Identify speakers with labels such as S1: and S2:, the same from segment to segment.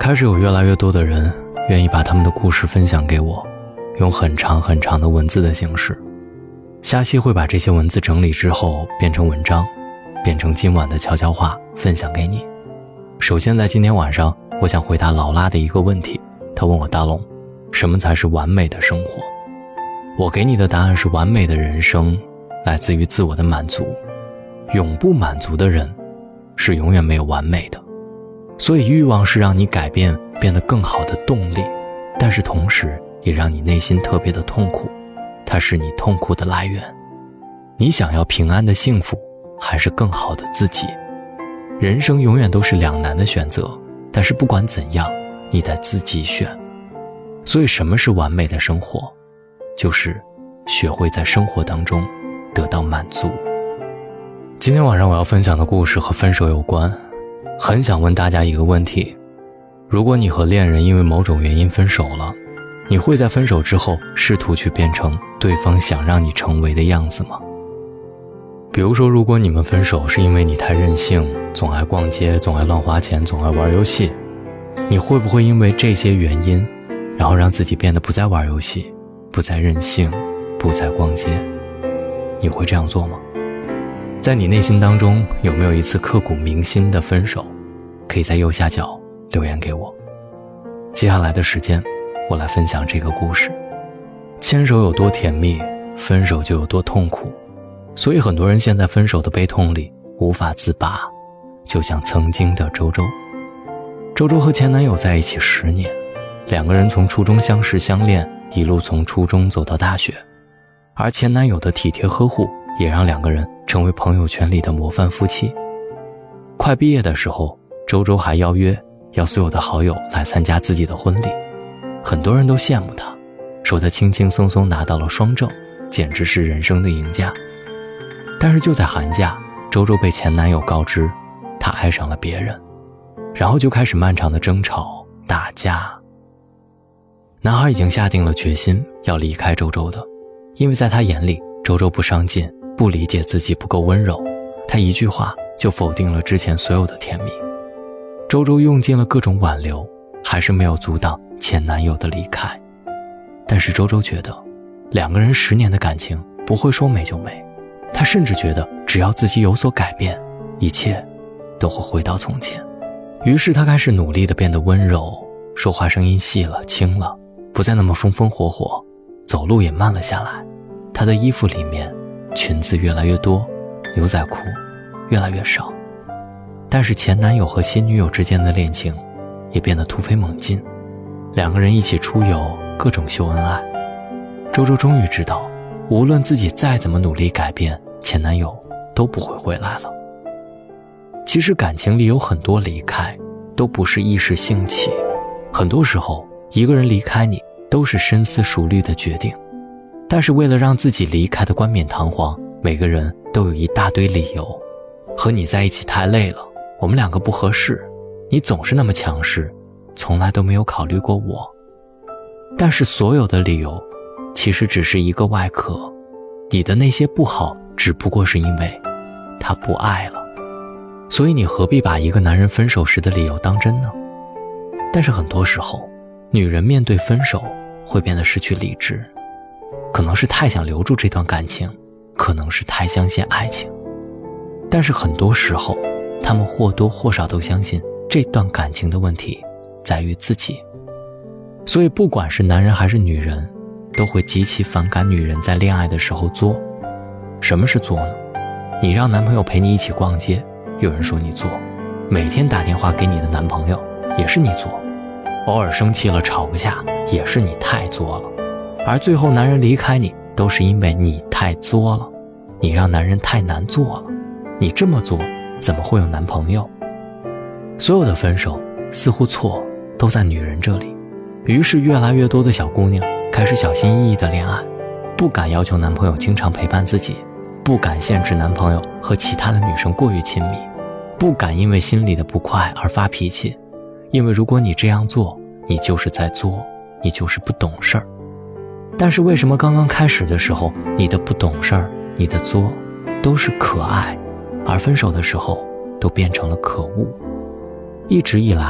S1: 开始有越来越多的人愿意把他们的故事分享给我，用很长很长的文字的形式。夏曦会把这些文字整理之后变成文章，变成今晚的悄悄话分享给你。首先在今天晚上，我想回答劳拉的一个问题。她问我，大龙，什么才是完美的生活？我给你的答案是，完美的人生来自于自我的满足。永不满足的人是永远没有完美的。所以欲望是让你改变变得更好的动力，但是同时也让你内心特别的痛苦，它是你痛苦的来源。你想要平安的幸福，还是更好的自己？人生永远都是两难的选择，但是不管怎样，你得自己选。所以什么是完美的生活？就是学会在生活当中得到满足。今天晚上我要分享的故事和分手有关，很想问大家一个问题：如果你和恋人因为某种原因分手了，你会在分手之后试图去变成对方想让你成为的样子吗？比如说，如果你们分手是因为你太任性，总爱逛街，总爱乱花钱，总爱玩游戏，你会不会因为这些原因，然后让自己变得不再玩游戏，不再任性，不再逛街？你会这样做吗？在你内心当中有没有一次刻骨铭心的分手？可以在右下角留言给我。接下来的时间，我来分享这个故事。牵手有多甜蜜，分手就有多痛苦。所以很多人陷在分手的悲痛里无法自拔，就像曾经的周周。周周和前男友在一起10年，两个人从初中相识相恋，一路从初中走到大学。而前男友的体贴呵护也让两个人成为朋友圈里的模范夫妻。快毕业的时候，周周还邀约要所有的好友来参加自己的婚礼，很多人都羡慕他，说他轻轻松松拿到了双证，简直是人生的赢家。但是就在寒假，周周被前男友告知他爱上了别人，然后就开始漫长的争吵打架。男孩已经下定了决心要离开周周的，因为在他眼里，周周不上进，不理解自己，不够温柔，他一句话就否定了之前所有的甜蜜。周周用尽了各种挽留，还是没有阻挡前男友的离开。但是周周觉得两个人10年的感情不会说没就没，他甚至觉得只要自己有所改变，一切都会回到从前。于是他开始努力地变得温柔，说话声音细了轻了，不再那么风风火火，走路也慢了下来。他的衣服里面裙子越来越多，牛仔裤越来越少。但是前男友和新女友之间的恋情也变得突飞猛进，两个人一起出游，各种秀恩爱。周周终于知道，无论自己再怎么努力改变，前男友都不会回来了。其实感情里有很多离开都不是一时兴起，很多时候一个人离开你都是深思熟虑的决定。但是为了让自己离开的冠冕堂皇，每个人都有一大堆理由。和你在一起太累了，我们两个不合适，你总是那么强势，从来都没有考虑过我。但是所有的理由其实只是一个外壳，你的那些不好只不过是因为他不爱了。所以你何必把一个男人分手时的理由当真呢？但是很多时候，女人面对分手会变得失去理智，可能是太想留住这段感情，可能是太相信爱情。但是很多时候，他们或多或少都相信这段感情的问题在于自己。所以不管是男人还是女人，都会极其反感女人在恋爱的时候作。什么是作呢？你让男朋友陪你一起逛街，有人说你作；每天打电话给你的男朋友，也是你作；偶尔生气了吵个架，也是你太作了。而最后男人离开你，都是因为你太作了，你让男人太难做了。你这么做，怎么会有男朋友？所有的分手似乎错都在女人这里，于是越来越多的小姑娘开始小心翼翼的恋爱，不敢要求男朋友经常陪伴自己，不敢限制男朋友和其他的女生过于亲密，不敢因为心里的不快而发脾气，因为如果你这样做，你就是在作，你就是不懂事儿。但是为什么刚刚开始的时候，你的不懂事儿，你的作都是可爱，而分手的时候都变成了可恶？一直以来，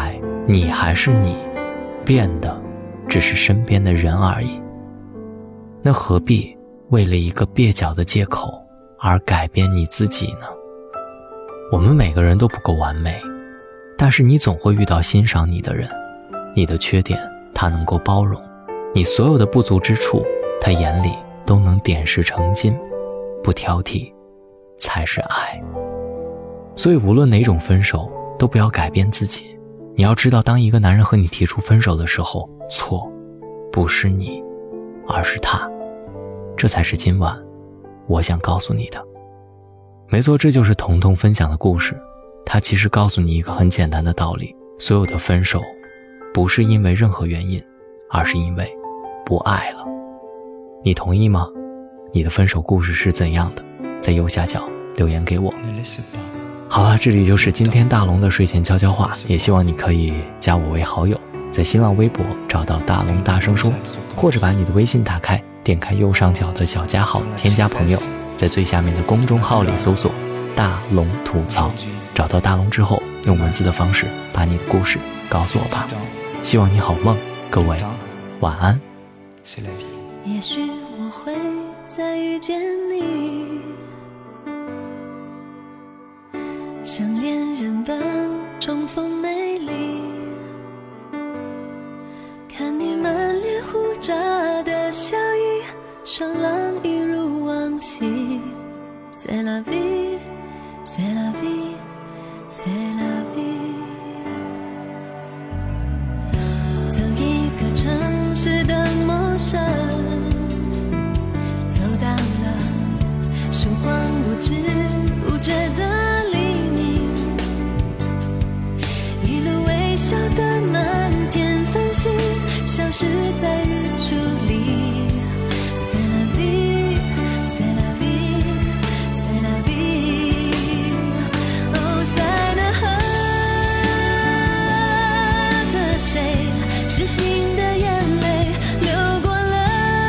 S1: 你还是你，变的只是身边的人而已。那何必为了一个蹩脚的借口而改变你自己呢？我们每个人都不够完美，但是你总会遇到欣赏你的人，你的缺点他能够包容，你所有的不足之处他眼里都能点石成金，不挑剔才是爱。所以无论哪种分手都不要改变自己。你要知道，当一个男人和你提出分手的时候，错不是你，而是他。这才是今晚我想告诉你的。没错，这就是彤彤分享的故事。他其实告诉你一个很简单的道理，所有的分手不是因为任何原因，而是因为不爱了。你同意吗？你的分手故事是怎样的？在右下角留言给我。好了，这里就是今天大龙的睡前悄悄话，也希望你可以加我为好友，在新浪微博找到大龙大声说，或者把你的微信打开，点开右上角的小加号，添加朋友，在最下面的公众号里搜索大龙吐槽，找到大龙之后，用文字的方式把你的故事告诉我吧。希望你好梦，各位晚安。
S2: 也许我会再遇见你，像恋人般重逢美丽，看你满脸胡渣的笑意，爽朗一如往昔。C'est la vie, c'est la vie, c'est la vie。 走一个城市的陌生，走到了曙光不知不觉的黎明，一路微笑的满天繁星，消失在日出里。是心的眼泪流过了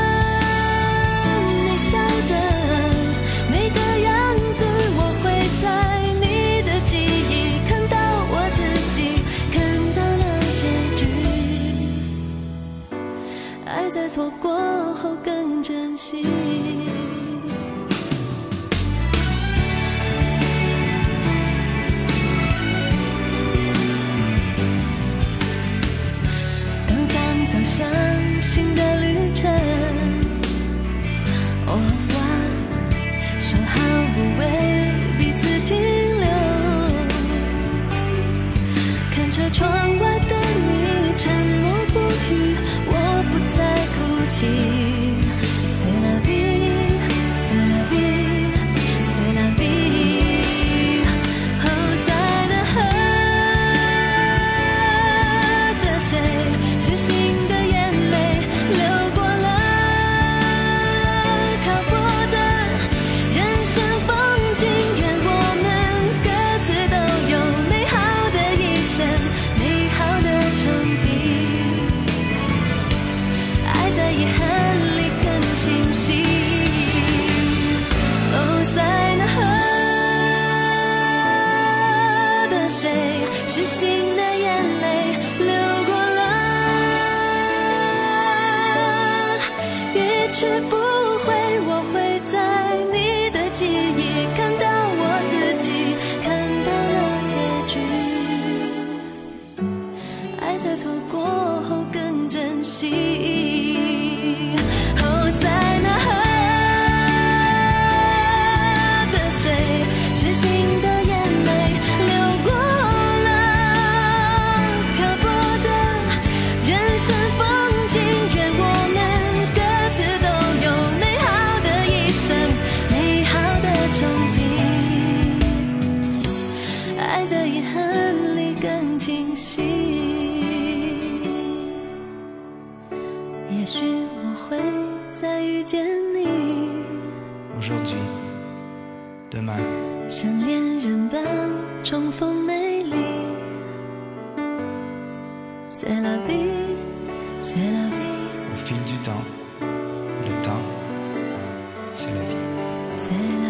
S2: 你笑的每个样子，我会在你的记忆看到我自己，看到了结局。爱在错过后更珍惜。走向新的旅程，au revoir，说好不为彼此停留，看着窗外的你沉默不语，我不再哭泣。C'est la vie, c'est la vie, c'est la vie。 哦，在那河的水是心的眼泪流过了漂泊的人生风景，愿我们各自都有美好的一生，美好的憧憬。爱在遗憾里更清晰。哦，在那河的水是心的眼泪流过了，一去不回，我会在你的记忆看到我自己，看到了结局。爱在错过后更珍惜。哦，在那河的水是心的眼泪流过了漂泊的人生风景，愿我们各自都有美好的一生，美好的憧憬。爱在遗憾里更清晰。也许我会再遇见你，
S3: Aujourd'hui, demain，
S2: 像恋人般重逢美丽。C'est la vie, c'est la vie,
S3: au fil du temps, le temps, c'est la vie.
S2: c'est